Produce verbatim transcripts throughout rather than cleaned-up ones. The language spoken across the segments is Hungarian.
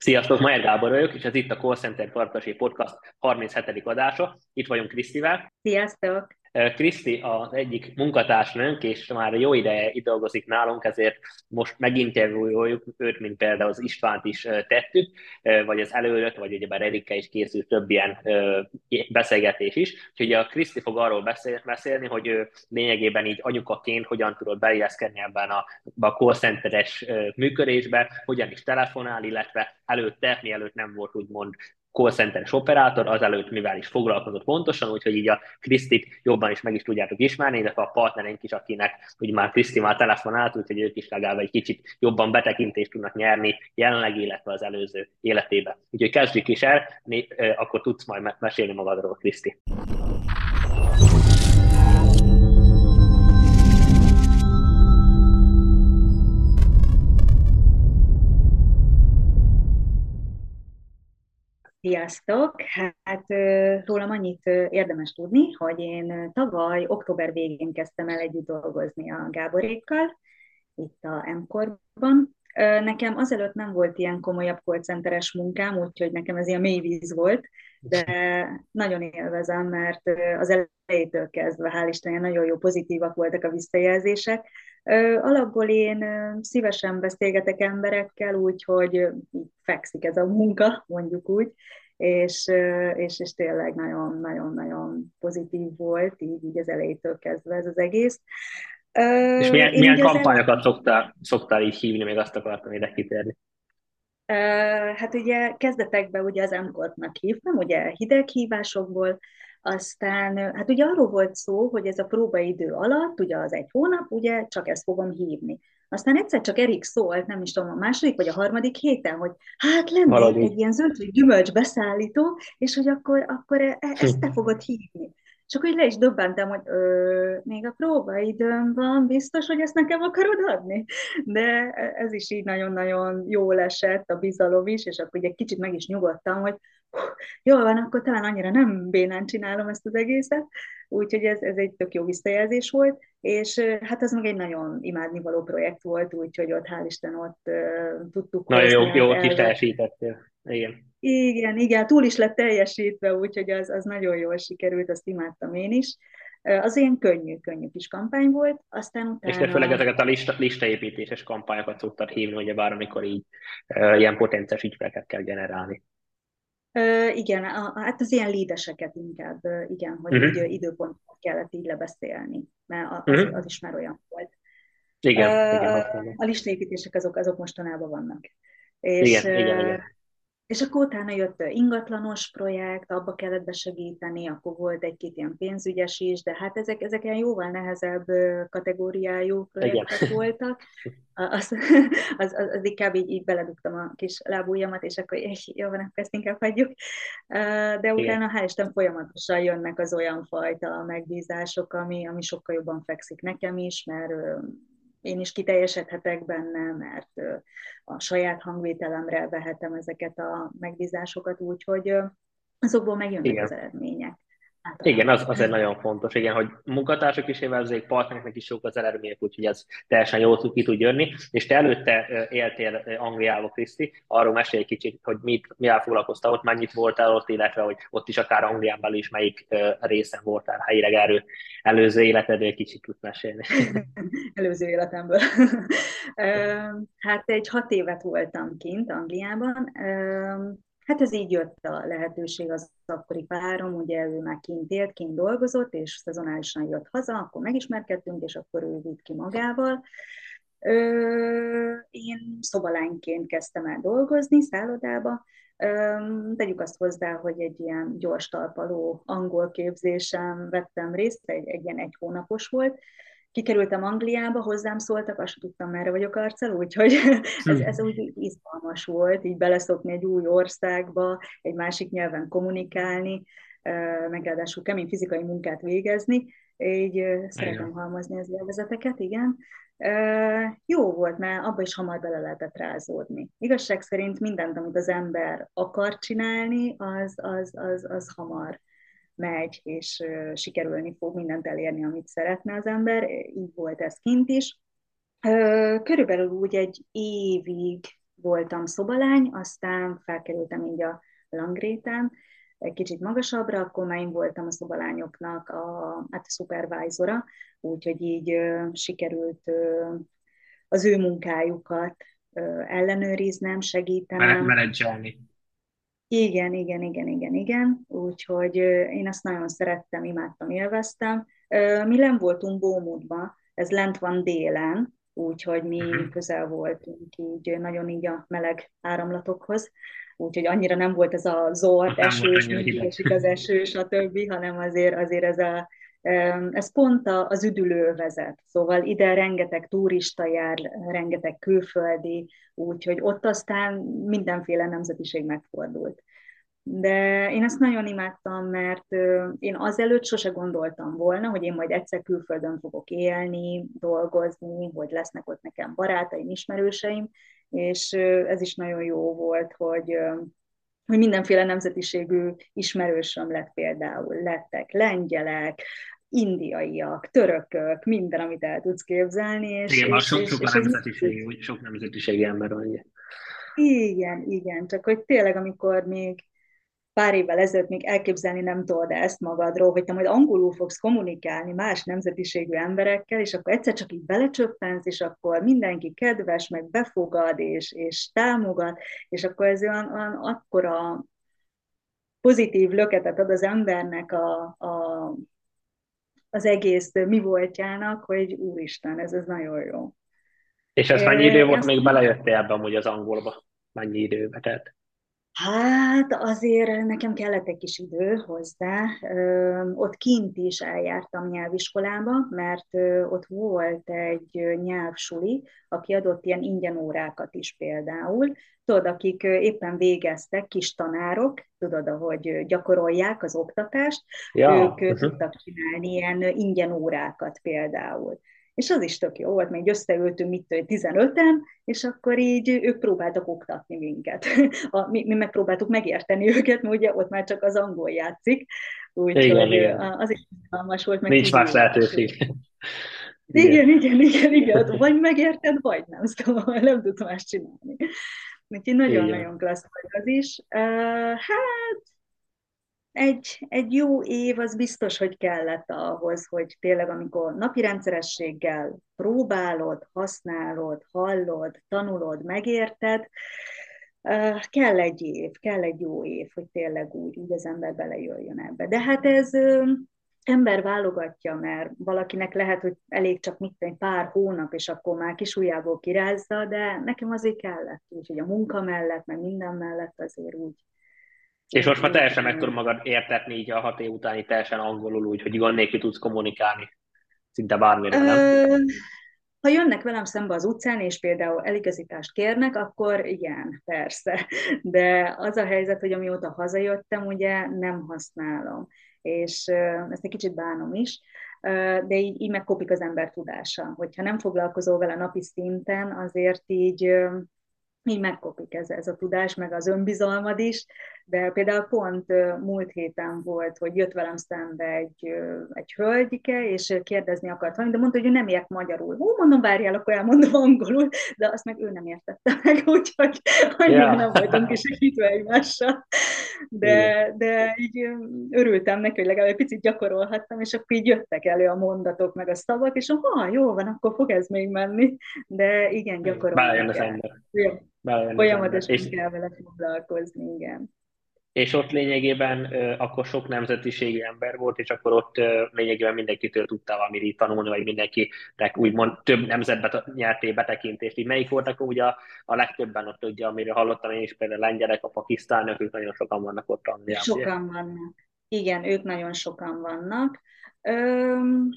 Sziasztok, Majer Gábor vagyok, és ez itt a Call Center Farkasé Podcast harminchetedik adása. Itt vagyunk Krisztivel. Sziasztok! Kriszti az egyik munkatársnőnk, és már jó ideje itt dolgozik nálunk, ezért most meginterjúoljuk őt, mint például az Istvánt is tettük, vagy az előtt, vagy ugyebár Erikkel is készült több ilyen beszélgetés is. Úgyhogy a Kriszti fog arról beszél, beszélni, hogy ő lényegében így anyukaként hogyan tudod beilleszkedni ebben a, a call centeres működésbe, hogyan is telefonál, illetve előtte, mielőtt nem volt úgymond call centeres operátor, azelőtt mivel is foglalkozott pontosan, úgyhogy így a Krisztit jobban is meg is tudjátok ismerni, illetve a partnereink is, akinek ugye már Kriszti már telefonált, úgyhogy ők is legalább egy kicsit jobban betekintést tudnak nyerni jelenleg, illetve az előző életébe. Úgyhogy kezdjük is el, akkor tudsz majd mesélni magadról, Kriszti. Sziasztok! Hát rólam annyit érdemes tudni, hogy én tavaly október végén kezdtem el együtt dolgozni a Gáborékkal, itt a M-korban. Nekem azelőtt nem volt ilyen komolyabb call centeres munkám, úgyhogy nekem ez ilyen mély víz volt, de nagyon élvezem, mert az elejétől kezdve, hál' Istennek, nagyon jó, pozitívak voltak a visszajelzések. Alapból én szívesen beszélgetek emberekkel, úgyhogy fekszik ez a munka, mondjuk úgy, és, és, és tényleg nagyon-nagyon-nagyon pozitív volt, így, így az elejétől kezdve ez az egész. És milyen, Én milyen ugye az el... kampányokat szoktál, szoktál így hívni, még azt akartam ide kitérni. Hát ugye kezdetekben ugye az M-kortnak hívtam, ugye hideghívásokból, aztán hát ugye arról volt szó, hogy ez a próbaidő alatt, ugye az egy hónap, ugye csak ezt fogom hívni. Aztán egyszer csak Erik szólt, nem is tudom, a második vagy a harmadik héten, hogy hát lenne Valahogy egy, egy így. ilyen zöld gyümölcs beszállító, és hogy akkor, akkor e- e- ezt te Hm. fogod hívni. És akkor így le is döbbentem, hogy ö, még a próbaidőm van, biztos, hogy ezt nekem akarod adni? De ez is így nagyon-nagyon jól esett, a bizalom is, és akkor ugye egy kicsit meg is nyugodtam, hogy hú, jól van, akkor talán annyira nem bénán csinálom ezt az egészet, úgyhogy ez, ez egy tök jó visszajelzés volt, és hát az meg egy nagyon imádnivaló projekt volt, úgyhogy ott hál' Isten ott uh, tudtuk Nagyon hozni jó, az jó kis elvet. teljesítettél. Igen. Igen, igen, túl is lett teljesítve, úgyhogy az, az nagyon jól sikerült, azt imádtam én is. Az ilyen könnyű, könnyű kis kampány volt, aztán És te főleg utána ezeket a lista, listaépítéses kampányokat szoktad hívni, ugye bár amikor így e, ilyen potenciális ügyfeleket kell generálni. Ö, igen, a, hát az ilyen lídeseket inkább, ö, igen, hogy így ö, Uh-huh. időpontot kellett így lebeszélni, mert a- az, Uh-huh. az is már olyan volt. Ö, Igen, igen, a, hasonló. a listaépítések azok, azok mostanában vannak. És Igen, igen, ö, igen. és akkor utána jött a ingatlanos projekt, abba kellett besegíteni, akkor volt egy-két ilyen pénzügyes is, de hát ezek, ezek ilyen jóval nehezebb ö, kategóriájú Igen. projektek voltak. Az, az, az, az inkább így, így beledugtam a kis lábujjamat, és akkor eh, jó van, akkor ezt inkább hagyjuk. Ö, De Igen. utána, hál' Isten, folyamatosan jönnek az olyan fajta megbízások, ami, ami sokkal jobban fekszik nekem is, mert ö, én is kiteljesedhetek benne, mert ö, a saját hangvételemre vehetem ezeket a megbízásokat, úgyhogy azokból megjönnek az Igen. eredmények Igen, az, általában. az egy nagyon fontos, igen, hogy munkatársak is élvezzék, partnereknek is jók az eredmények, úgyhogy ez teljesen jól ki tud jönni. És te előtte ö, éltél ö, Angliába, Kriszti, arról mesélj egy kicsit, hogy mit, mivel foglalkoztál ott, mennyit voltál ott, illetve hogy ott is akár Anglián belül is melyik ö, részen voltál helyileg erről előző életedről kicsit tudsz mesélni. Előző életemből. Hát egy hat évet voltam kint Angliában. Hát ez így jött a lehetőség, az akkori párom, ugye ő már kint élt, kint dolgozott, és szezonálisan jött haza, akkor megismerkedtünk, és akkor ő vitt ki magával. Én szobalányként kezdtem el dolgozni szállodába. Tegyük azt hozzá, hogy egy ilyen gyors talpaló angol képzésen vettem részt, egy, egy ilyen egy hónapos volt. Kikerültem Angliába, hozzám szóltak, azt sem tudtam, merre vagyok arccal, úgyhogy ez, ez úgy izgalmas volt, így beleszokni egy új országba, egy másik nyelven kommunikálni, meg ráadásul kemény fizikai munkát végezni, így szeretem Igen. halmozni az élvezeteket, igen. Jó volt, mert abba is hamar bele lehetett rázódni. Igazság szerint mindent, amit az ember akar csinálni, az, az, az, az hamar megy, és sikerülni fog mindent elérni, amit szeretne az ember. Így volt ez kint is. Körülbelül úgy egy évig voltam szobalány, aztán felkerültem így a Langréten, egy kicsit magasabbra, akkor már én voltam a szobalányoknak a, hát a szupervájzora, úgyhogy így ö, sikerült ö, az ő munkájukat ö, ellenőriznem, segítenem. Menedzselni. Igen, igen, igen, igen, igen. Úgyhogy ö, én azt nagyon szerettem, imádtam, élveztem. Ö, Mi lent voltunk Bómutba, ez lent van délen, úgyhogy mi Uh-huh. közel voltunk így nagyon így a meleg áramlatokhoz. Úgyhogy annyira nem volt ez a zord, Ott nem volt esős, annyira mindig hideg. esik az eső, stb., hanem azért, azért ez a, ez pont a- az üdülő vezet. Szóval ide rengeteg turista jár, rengeteg külföldi, úgyhogy ott aztán mindenféle nemzetiség megfordult. De én ezt nagyon imádtam, mert ö, én azelőtt sose gondoltam volna, hogy én majd egyszer külföldön fogok élni, dolgozni, hogy lesznek ott nekem barátaim, ismerőseim, és ö, ez is nagyon jó volt, hogy ö, hogy mindenféle nemzetiségű ismerősöm lett például. Lettek lengyelek, indiaiak, törökök, minden, amit el tudsz képzelni, és, Igen, már és, sok, és, sok a és ez nemzetiség, úgy sok nemzetiségi ember van, ugye. igen, igen, csak hogy tényleg, amikor még pár évvel ezelőtt még elképzelni nem tudod ezt magadról, hogy te majd angolul fogsz kommunikálni más nemzetiségű emberekkel, és akkor egyszer csak így belecsöppensz, és akkor mindenki kedves, meg befogad, és, és támogat, és akkor ez olyan, olyan akkora pozitív löketet ad az embernek a, a, az egész mi voltjának, hogy úristen, ez, ez nagyon jó. És ez mennyi idő Én volt, azt még belejöttél ebbe amúgy az angolba? Mennyi időbe telt? Hát azért nekem kellett egy kis idő hozzá. Ö, ott kint is eljártam nyelviskolába, mert ö, ott volt egy ö, nyelvsuli, aki adott ilyen ingyen órákat is például. Tudod, akik ö, éppen végeztek, kis tanárok, tudod, ahogy ö, gyakorolják az oktatást, ők Ja, ö, uh-huh. tudtak csinálni ilyen ö, ingyen órákat például. És az is tök jó volt, még összeültünk mit tudom, tizenöten, és akkor így ők próbáltak oktatni minket. A, mi, mi megpróbáltuk megérteni őket, mert ugye ott már csak az angol játszik, Igen, úgyhogy igen. az is izgalmas volt, meg Nincs más kihívás. lehetőség. Igen, Igen, igen, igen, igen, ott vagy megérted, vagy nem, szóval nem tudsz más csinálni. Úgyhogy így nagyon-nagyon van. klassz volt az is. Uh, hát egy, egy jó év az biztos, hogy kellett ahhoz, hogy tényleg amikor napi rendszerességgel próbálod, használod, hallod, tanulod, megérted, uh, kell egy év, kell egy jó év, hogy tényleg úgy, úgy az ember belejöjjön ebbe. De hát ez uh, ember válogatja, mert valakinek lehet, hogy elég csak mit tenni, pár hónap, és akkor már kis ujjából kirázza, de nekem azért kellett, úgyhogy a munka mellett, meg minden mellett azért úgy, És úgy, most már úgy teljesen meg tudod magad értetni így a hat év utáni teljesen angolul úgy, hogy gond nélkül tudsz kommunikálni szinte bármiről, nem? Ö, ha jönnek velem szembe az utcán, és például eligazítást kérnek, akkor igen, persze. De az a helyzet, hogy amióta hazajöttem, ugye nem használom. És ö, ezt egy kicsit bánom is, ö, de így, így megkopik az ember tudása. Hogyha nem foglalkozol vele napi szinten, azért így ö, így megkopik ez, ez a tudás, meg az önbizalmad is, de például pont uh, múlt héten volt, hogy jött velem szembe egy, uh, egy hölgyike, és uh, kérdezni akart valamit, de mondta, hogy ő nem ért magyarul. Hú, mondom, várjál, akkor elmondom angolul, de azt meg ő nem értette meg, úgyhogy annyira Ja, nem voltunk is hitve egymással. igen. De, de így um, örültem neki, hogy legalább egy picit gyakorolhattam, és akkor így jöttek elő a mondatok, meg a szavak, és ha, jó van, akkor fog ez még menni. De igen, Igen. gyakorolni Belejön az kell. ember. Ja. Belejön az ember. Folyamatosan És, kell vele foglalkozni, igen. és ott lényegében ö, akkor sok nemzetiségű ember volt, és akkor ott ö, lényegében mindenkitől tudtál valamit így tanulni, vagy mindenkinek úgymond több nemzetbe t- nyertél betekintést. Így melyik voltak úgy a, a legtöbben ott, ugye, amiről hallottam én is, például a lengyelek, a pakisztánok, ők nagyon sokan vannak ott Angliában, ugye? Sokan vannak. Igen, ők nagyon sokan vannak. Öm,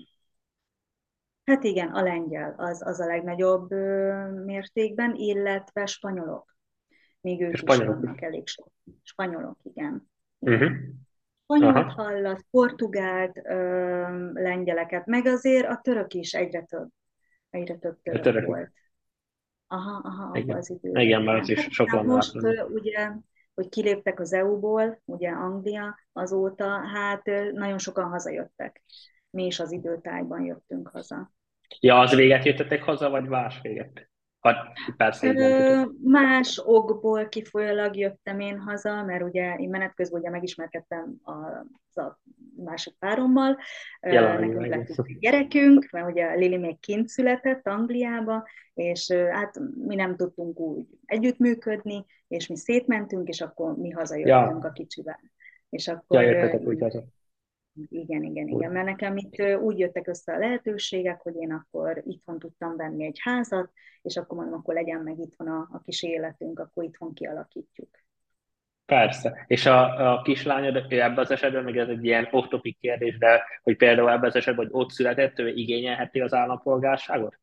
hát igen, a lengyel az, az a legnagyobb ö, mértékben, illetve spanyolok. Még A ők is spanyolok is. vannak elég sok. Spanyolok, igen. Uh-huh. Igen. Spanyolt Aha. hallat, portugált, öm, lengyeleket, meg azért a török is egyre több. Egyre több A török törökök. volt. Aha, aha, abban Igen. az időben, Igen, mert az igen. is Hát sok aztán van most látni. ö, ugye, hogy kiléptek az é u-ból, ugye Anglia azóta, hát ö, nagyon sokan hazajöttek. Mi is az időtájban jöttünk haza. Ja, az véget jöttetek haza, vagy más véget? Ha, persze, így Ö, döntötök. más okból kifolyólag jöttem én haza, mert ugye én menet közben ugye megismerkedtem az a másik párommal, Ö, Jelenlegi nekünk meg. lett itt egy gyerekünk, mert ugye Lili még kint született Angliába, és ö, hát mi nem tudtunk úgy együttműködni, és mi szétmentünk, és akkor mi hazajöttünk Ja, a kicsivel. És ja, akkor ö, jöttetek úgy haza. igen, igen, Úgy. igen, mert nekem itt ö, úgy jöttek össze a lehetőségek, hogy én akkor itthon tudtam venni egy házat, és akkor mondom, akkor legyen meg itthon a, a kis életünk, akkor itthon kialakítjuk. Persze. És a, a kislányod ő ebben az esetben, meg ez egy ilyen off-topic kérdés, de hogy például ebben az esetben, hogy ott született, ő igényelheti az állampolgárságot?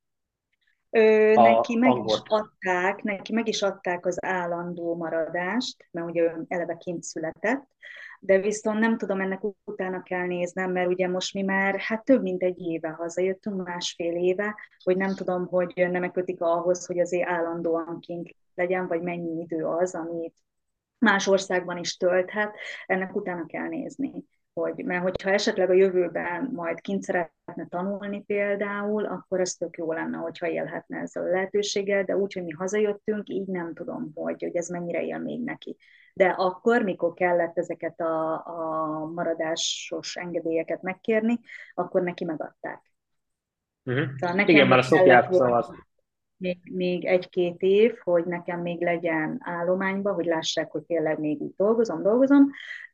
Ö, neki A meg is angolt. adták, neki meg is adták az állandó maradást, mert ugye ő eleve kint született, de viszont nem tudom, ennek utána kell néznem, mert ugye most mi már hát több mint egy éve hazajöttünk, másfél éve, hogy nem tudom, hogy nem kötik ahhoz, hogy azért állandóan kint legyen, vagy mennyi idő az, amit más országban is tölthet, ennek utána kell nézni. Hogy, mert hogyha esetleg a jövőben majd kint szeretne tanulni például, akkor ez tök jó lenne, hogyha élhetne ezzel a lehetőséggel, de úgy, hogy mi hazajöttünk, így nem tudom, hogy, hogy ez mennyire él még neki. De akkor, mikor kellett ezeket a, a maradásos engedélyeket megkérni, akkor neki megadták. Uh-huh. Szóval Igen, nekem mert még a kellett szokják, volna szóval még, még egy-két év, hogy nekem még legyen állományba, hogy lássák, hogy tényleg még így dolgozom, dolgozom,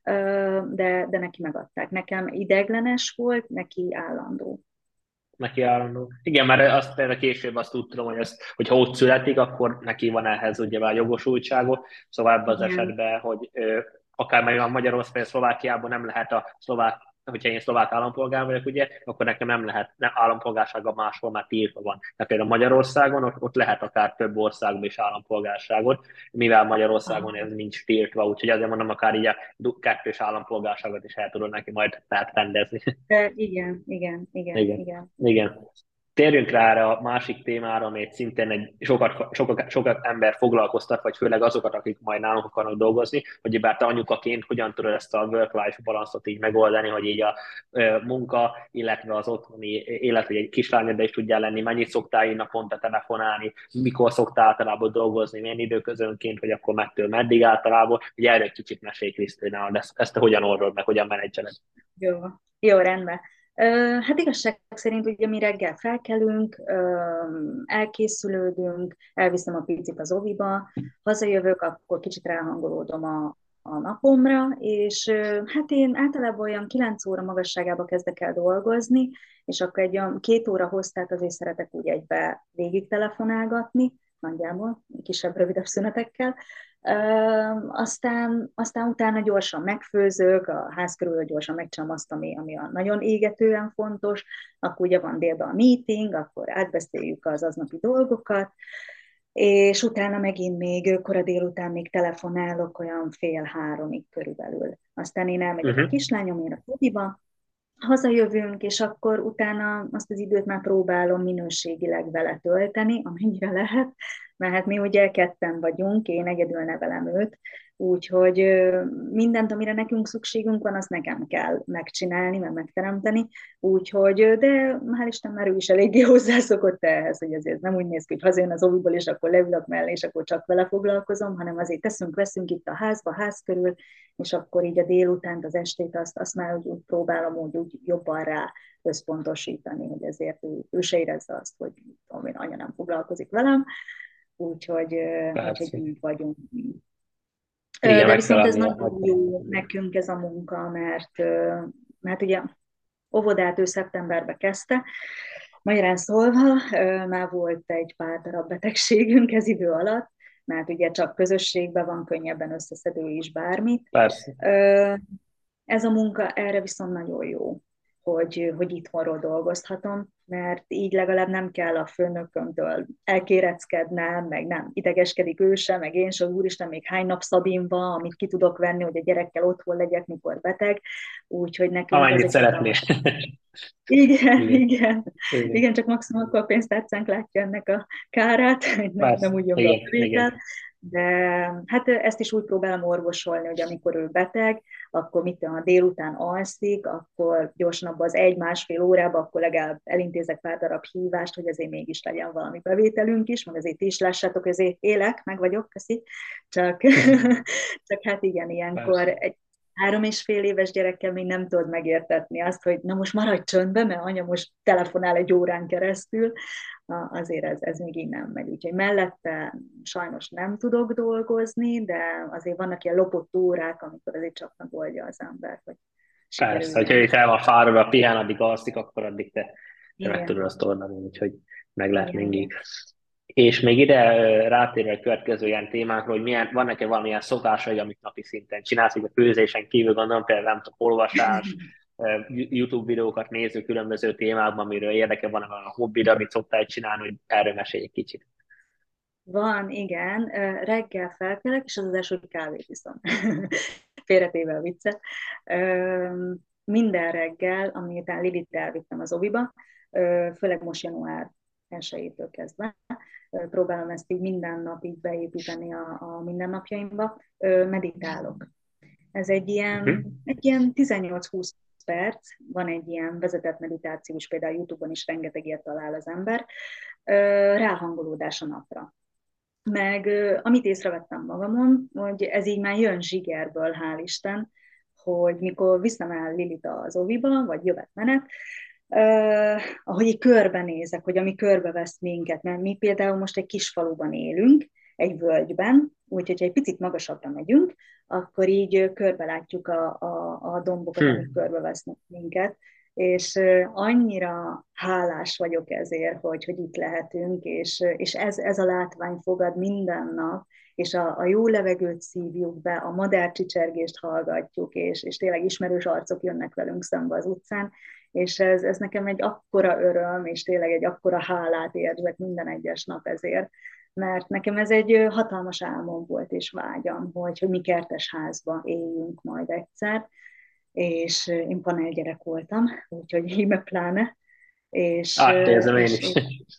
de, de neki megadták. Nekem ideiglenes volt, neki állandó. neki állandó. Igen, mert azt például később azt úgy tudom, hogy ezt, hogyha ott születik, akkor neki van ehhez ugye már jogosultsága, szóval ebben az Igen. esetben, hogy ö, akár meg a Magyarországon, Szlovákiában nem lehet a szlovák, hogyha én szlovák állampolgár vagyok, ugye, akkor nekem nem lehet, nem állampolgársága máshol már tiltva van. Tehát például Magyarországon ott, ott lehet akár több országban is állampolgárságot, mivel Magyarországon ez nincs tiltva, úgyhogy azért mondom, akár így a kettős állampolgárságot is el tudod neki majd lehet rendezni. De igen, igen, igen, Igen, igen, igen. igen. Térjünk rá erre a másik témára, ami szintén egy sokat, sokat, sokat ember foglalkoztat, vagy főleg azokat, akik majd nálunk akarnak dolgozni, hogy bár te anyukaként hogyan tudod ezt a work-life balanszot így megoldani, hogy így a ö, munka, illetve az otthoni élet, hogy egy kislányoddal is tudjál lenni, mennyit szoktál így naponta telefonálni, mikor szoktál általában dolgozni, milyen időközönként, hogy akkor mettől meddig általában, hogy erről egy kicsit mesélj, Krisztina, ezt, ezt te hogyan oldod meg, hogyan menedzseled. Jó, jó, rendben. Ö, Hát igazság szerint ugye mi reggel felkelünk, ö, elkészülődünk, elviszem a picit az oviba, hazajövök, akkor kicsit ráhangolódom a, a napomra, és ö, hát én általában olyan kilenc óra magasságába kezdek el dolgozni, és akkor egy olyan két óra hosszát azért szeretek úgy egybe végig telefonálgatni, nagyjából, kisebb, rövidebb szünetekkel. Ö, aztán, aztán utána gyorsan megfőzök, a ház körül gyorsan megcsinálom azt, ami, ami a nagyon égetően fontos, akkor ugye van délben a meeting, akkor átbeszéljük az aznapi dolgokat, és utána megint még kora délután még telefonálok olyan fél háromig körülbelül. Aztán én elmegyek a Uh-huh. kislányomért a fotiba, hazajövünk, és akkor utána azt az időt már próbálom minőségileg vele tölteni, amennyire lehet, mert hát mi ugye ketten vagyunk, én egyedül nevelem őt, úgyhogy mindent, amire nekünk szükségünk van, azt nekem kell megcsinálni, meg megteremteni, úgyhogy, de hál' Isten már ő is eléggé hozzászokott ehhez, hogy azért nem úgy néz ki, hogy hazajön az oviból, és akkor leülök mellé, és akkor csak vele foglalkozom, hanem azért teszünk, veszünk itt a házba, ház körül, és akkor így a délutánt, az estét, azt, azt már úgy, úgy próbálom úgy, úgy jobban rá összpontosítani, hogy ezért ő, ő se érezze azt, hogy tudom én, anya nem foglalkozik velem, úgyhogy, úgyhogy Persze. így vagyunk. Igen, De meg kell viszont ez lennie. Meg nagyon kell. jó nekünk ez a munka, mert, mert ugye óvodát ő szeptemberbe kezdte, magyarán szólva, már volt egy pár darab betegségünk ez idő alatt, mert ugye csak közösségben van, könnyebben összeszedő is bármit. Persze. Ez a munka erre viszont nagyon jó, hogy, hogy itthonról dolgozhatom, mert így legalább nem kell a főnökömtől elkéreckednem, meg nem idegeskedik ő sem, meg én sem, úristen, még hány nap Szabin van, amit ki tudok venni, hogy a gyerekkel otthon legyek, mikor beteg, úgyhogy nekünk Amennyit ezeket szeretnél. a... Igen, Igen. igen, Igen. igen, csak maximum akkor a pénztárcánk látja ennek a kárát, hogy nem, nem Persze. úgy jön be a Igen. Igen. bevétel, De hát ezt is úgy próbálom orvosolni, hogy amikor ő beteg, akkor mit tudom, a délután alszik, akkor gyorsan abban az egy-másfél órában, akkor legalább elintézek pár darab hívást, hogy azért mégis legyen valami bevételünk is, meg azért ti is lássátok, azért élek, meg vagyok, köszi. Csak, csak hát igen, ilyenkor Persze. egy három és fél éves gyerekkel még nem tudod megértetni azt, hogy na most maradj csöndbe, mert anya most telefonál egy órán keresztül, azért ez, ez még így nem megy. Úgyhogy mellette sajnos nem tudok dolgozni, de azért vannak ilyen lopott órák, amikor azért csak megoldja az ember, hogy Persze, hogyha sikerüljen. ő fel van fáradva, pihen, addig alszik, akkor addig te, te meg tudod Igen, azt oldani, úgyhogy meg lehet igen, mindig. igen. És még ide ö, rátérve a következő ilyen témákról, hogy milyen, vannak-e valamilyen szokásai, amit napi szinten csinálsz, hogy a főzésen kívül gondolom, például nem tudom, olvasás, ö, YouTube videókat néző különböző témákban, amiről érdekel, van a hobbid, amit szoktál csinálni, hogy erről mesélj egy kicsit. Van, igen. Ö, Reggel felkelek, és az az első, hogy kávét iszom. Félretéve a viccet. Ö, Minden reggel, amiután Lilit elvittem az oviba, ö, főleg most január elsejétől kezdve, ö, próbálom ezt így minden nap így beépíteni a, a mindennapjaimba, ö, meditálok. Ez egy ilyen, Uh-huh. egy ilyen tizennyolc-húsz perc, van egy ilyen vezetett meditáció is, például YouTube-on is rengeteg ilyet talál az ember, ö, ráhangolódás a napra. Meg amit észrevettem magamon, hogy ez így már jön zsigerből, hál' Isten, hogy mikor viszem el Lilit az oviba, vagy jövet menet, uh, ahogy így körbenézek, hogy ami körbevesz minket, mert mi például most egy kis faluban élünk, egy völgyben, úgyhogy ha egy picit magasabbra megyünk, akkor így körbe látjuk a, a, a dombokat, amik Hmm. körbevesznek minket, és annyira hálás vagyok ezért, hogy, hogy itt lehetünk, és, és ez, ez a látvány fogad minden nap, és a, a jó levegőt szívjuk be, a madárcsicsergést hallgatjuk, és, és tényleg ismerős arcok jönnek velünk szembe az utcán, és ez, ez nekem egy akkora öröm, és tényleg egy akkora hálát érzek minden egyes nap ezért, mert nekem ez egy hatalmas álmom volt és vágyam, hogy, hogy mi kertesházba éljünk majd egyszer, és én panelgyerek voltam, úgyhogy íme pláne, és, Átérzem én és, is. és,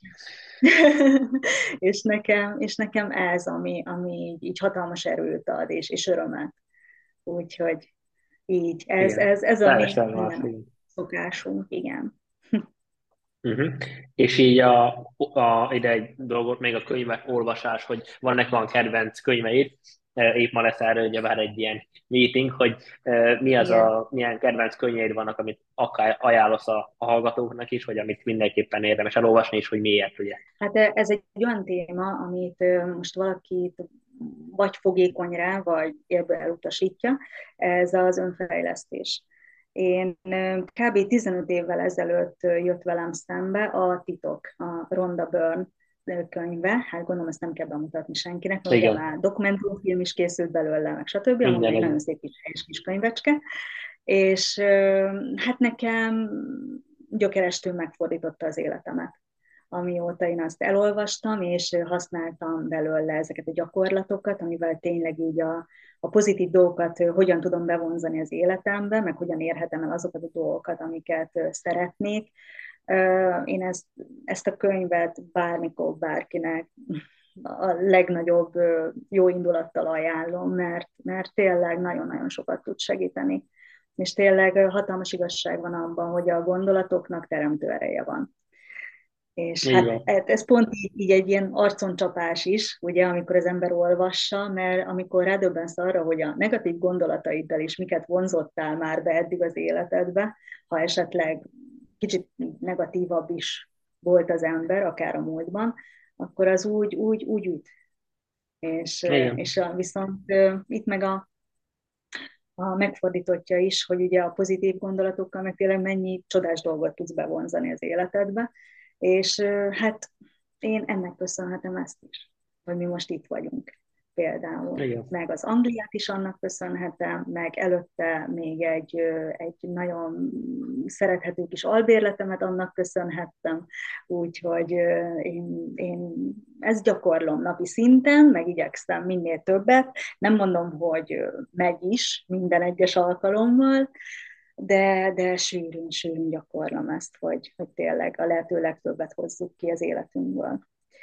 és, nekem, és nekem ez, ami, ami így, így hatalmas erőt ad, és, és örömet. Úgyhogy így, ez, Igen. ez, ez a mi Teljesen más, minden igen. szokásunk, igen. Uh-huh. És így a, a, ide egy dolgot, még a könyvek olvasás, hogy vannak van kedvenc könyveid, Eh, épp ma lesz erről ugye már egy ilyen meeting, hogy eh, mi az Igen. a, milyen kedvenc könyveid vannak, amit akár ajánlasz a, a hallgatóknak is, vagy amit mindenképpen érdemes elolvasni, és hogy miért, ugye. Hát ez egy olyan téma, amit most valaki vagy fogékony rá, vagy élből elutasítja, ez az önfejlesztés. Én kb. tizenöt évvel ezelőtt jött velem szembe a Titok, a Rhonda Byrne könyve, hát gondolom ezt nem kell bemutatni senkinek, mert ugye már Igen, dokumentumfilm is készült belőle, meg stb., amúgy minden egy nagyon egy. szép kis helyes kis könyvecske, és hát nekem gyökerestől megfordította az életemet, amióta én azt elolvastam, és használtam belőle ezeket a gyakorlatokat, amivel tényleg így a, a pozitív dolgokat hogyan tudom bevonzani az életembe, meg hogyan érhetem el azokat a dolgokat, amiket szeretnék. Én ezt, ezt a könyvet bármikor, bárkinek a legnagyobb jó indulattal ajánlom, mert, mert tényleg nagyon-nagyon sokat tud segíteni. És tényleg hatalmas igazság van abban, hogy a gondolatoknak teremtő ereje van. És Így hát van. ez pont így, így egy ilyen arconcsapás is, ugye, amikor az ember olvassa, mert amikor rádöbbensz arra, hogy a negatív gondolataiddal is miket vonzottál már be eddig az életedbe, ha esetleg kicsit negatívabb is volt az ember, akár a múltban, akkor az úgy, úgy, úgy üt. És, Igen. és a, viszont itt meg a, a megfordítottja is, hogy ugye a pozitív gondolatokkal meg tényleg mennyi csodás dolgot tudsz bevonzani az életedbe, és hát én ennek köszönhetem ezt is, hogy mi most itt vagyunk például. Igen. Meg az Angliát is annak köszönhetem, meg előtte még egy, egy nagyon szerethető kis albérletemet annak köszönhettem, úgyhogy én, én ezt gyakorlom napi szinten, meg igyekszem minél többet. Nem mondom, hogy megy is minden egyes alkalommal, de, de sűrűn, sűrűn gyakorlom ezt, hogy, hogy tényleg a lehető legtöbbet hozzuk ki az életünkből.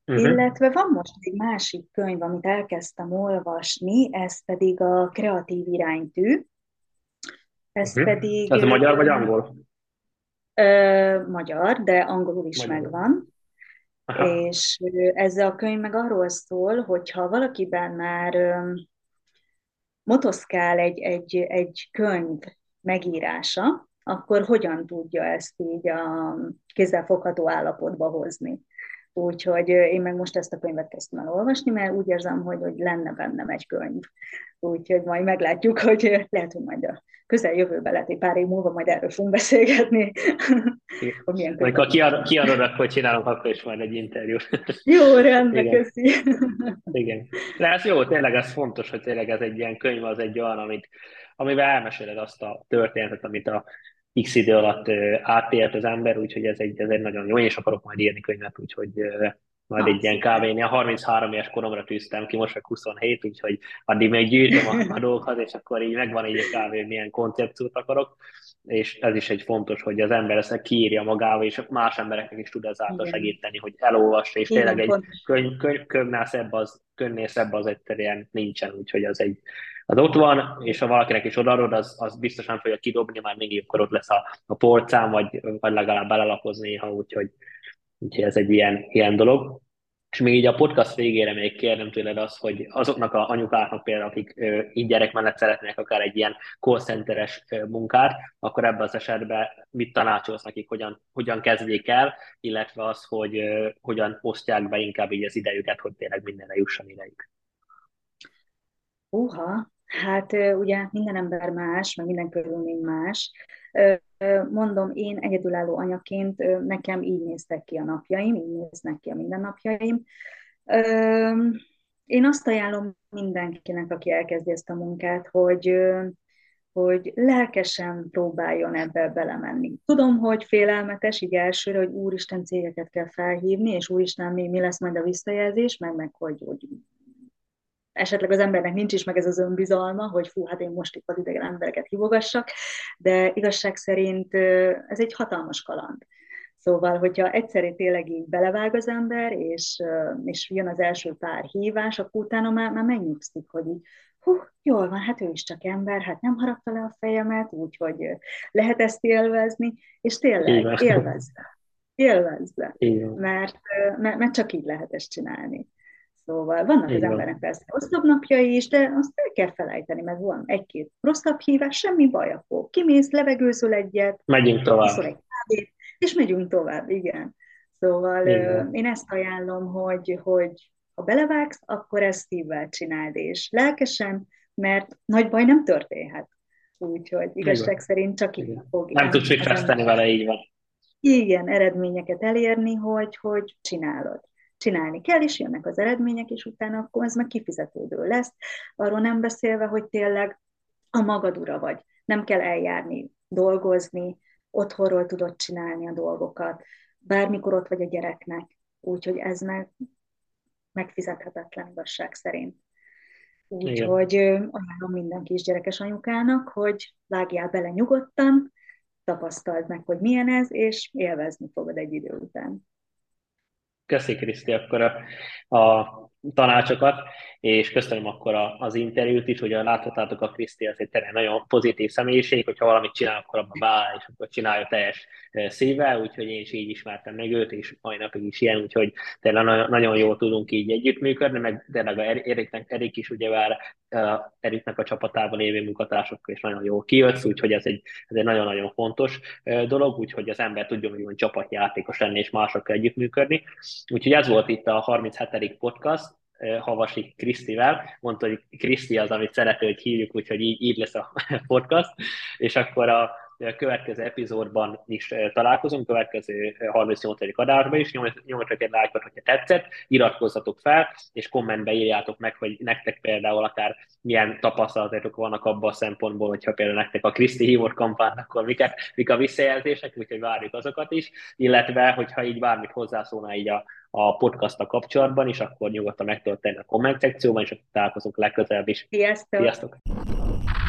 Uh-huh. Illetve van most egy másik könyv, amit elkezdtem olvasni, ez pedig a Kreatív iránytű, ez Uh-huh. pedig Ez a magyar vagy angol? ö, magyar, de angolul is Magyar. megvan. Aha. És ö, ez a könyv meg arról szól, hogyha valakiben már ö, motoszkál egy, egy, egy könyv megírása, akkor hogyan tudja ezt így a kézzelfogható állapotba hozni. Úgyhogy én meg most ezt a könyvet kezdtem el olvasni, mert úgy érzem, hogy, hogy lenne bennem egy könyv. Úgyhogy majd meglátjuk, hogy lehet, hogy majd a közeljövőben, lehet, hogy pár év múlva majd erről fogunk beszélgetni, Igen. hogy milyen Amikor könyvet kiad, olvasni. kiadod, akkor csinálunk akkor is majd egy interjút. Jó, rendben, Igen. köszi. Igen. De ez jó, tényleg ez fontos, hogy tényleg ez egy ilyen könyv, az egy olyan, amit, amivel elmeséled azt a történetet, amit a X idő alatt ö, átélt az ember, úgyhogy ez egy, ez egy nagyon jó, én is akarok majd írni könyvet, úgyhogy ö, majd Ah, egy ilyen szuper. kávénél, harminchárom éves koromra tűztem ki, most meg huszonhét, úgyhogy addig még gyűjtöm a, a dolgokat, és akkor így megvan így a kávé, milyen koncepciót akarok, és ez is egy fontos, hogy az ember ezt kiírja magával, és más embereknek is tud ezáltal Igen, segíteni, hogy elolvassa, és tényleg igen, egy pontos. könyv, könyv, könyvnál szebb az, könyvnél szebb az egyszerűen nincsen, úgyhogy az egy, az ott van, és ha valakinek is odaadod, az, az biztosan fogja kidobni, már mindig akkor ott lesz a, a polcán, vagy, vagy legalább belelapoz néha, úgyhogy, úgyhogy ez egy ilyen, ilyen dolog. És még így a podcast végére még kérdem tőled azt, hogy azoknak a anyukáknak például, akik ö, így gyerek mellett szeretnének akár egy ilyen call centeres ö, munkát, akkor ebben az esetben mit tanácsolsz nekik, hogyan, hogyan kezdjék el, illetve az, hogy ö, hogyan osztják be inkább így az idejüket, hogy tényleg mindenre jusson idejük. Uha, hát ö, ugye minden ember más, meg minden körülmény más. Ö, ö, Mondom, én egyedülálló anyaként ö, nekem így néztek ki a napjaim, így néznek ki a mindennapjaim. Ö, Én azt ajánlom mindenkinek, aki elkezdi ezt a munkát, hogy ö, hogy lelkesen próbáljon ebbe belemenni. Tudom, hogy félelmetes így elsőre, hogy úristen cégeket kell felhívni, és úristen mi, mi lesz majd a visszajelzés, meg, meg hogy, hogy esetleg az embernek nincs is meg ez az önbizalma, hogy fú, hát én most itt vadidegen embereket hívogassak, de igazság szerint ez egy hatalmas kaland. Szóval, hogyha egyszerű tényleg így belevág az ember, és, és jön az első pár hívás, akkor utána már, már megnyugszik, hogy így, hú, jól van, hát ő is csak ember, hát nem harapta le a fejemet, úgyhogy lehet ezt élvezni, és Így tényleg van. élvezze, élvezze, Így van. mert, mert, mert csak így lehet ezt csinálni. Szóval vannak az Így embernek van. persze rosszabb napjai is, de azt el kell felejteni, mert van egy-két rosszabb hívás, semmi baj, akkor kimész, levegőzöl egyet, Megyünk tovább. iszol egy kávét, és megyünk tovább, igen. Szóval Így ö, van. én ezt ajánlom, hogy, hogy ha belevágsz, akkor ezt szívvel csináld, és lelkesen, mert nagy baj nem történhet. Úgyhogy Így igazság van. szerint csak így Igen. fog Nem tudsz mit az ember feszteni vele, így van. igen eredményeket elérni, hogy, hogy csinálod. Csinálni kell, és jönnek az eredmények, és utána akkor ez meg kifizetődő lesz. Arról nem beszélve, hogy tényleg a magad ura vagy. Nem kell eljárni, dolgozni, otthonról tudod csinálni a dolgokat, bármikor ott vagy a gyereknek. Úgyhogy ez meg megfizethetetlen igazság szerint. Igen. Úgyhogy ö, ajánlom minden kisgyerekes anyukának, hogy vágjál bele nyugodtan, tapasztald meg, hogy milyen ez, és élvezni fogod egy idő után. Köszi, Kriszti, akkor a, a tanácsokat, és köszönöm akkor a, az interjút is, hogy láthattátok a Kriszti, az egy tényleg nagyon pozitív személyiség, hogyha valamit csinál, akkor abban beáll, és akkor csinálja teljes szívvel, úgyhogy én is így ismertem meg őt, és mai napig is ilyen, úgyhogy tényleg nagyon, nagyon jól tudunk így együttműködni, meg tényleg a Eriknek, Erik is ugye vár Eriknek a csapatában lévő munkatársakkal, és nagyon jól kijött, úgyhogy ez egy, ez egy nagyon-nagyon fontos dolog, úgyhogy az ember tudjon, hogy van csapatjátékos lenni, és másokkal együttműködni. Úgyhogy ez volt itt a harminchetedik podcast, Havasi Krisztivel. Mondta, hogy Kriszti az, amit szerető, hogy hívjuk, úgyhogy így, így lesz a podcast. És akkor a következő epizódban is találkozunk, következő harmincnyolcadik adásban is. Nyomjatok egy lájkot, hogyha tetszett, iratkozzatok fel, és kommentbe írjátok meg, hogy nektek például akár milyen tapasztalatok vannak abban a szempontból, hogyha például nektek a Kriszti hívott kampányt, akkor miket, mik a visszajelzések, úgyhogy várjuk azokat is, illetve hogyha így bármit hozzászólna így a, a podcasttal kapcsolatban is, akkor nyugodtan meg tudod tenni a komment szekcióban, és akkor találkozunk legközelebb is. Sziasztok! Sziasztok!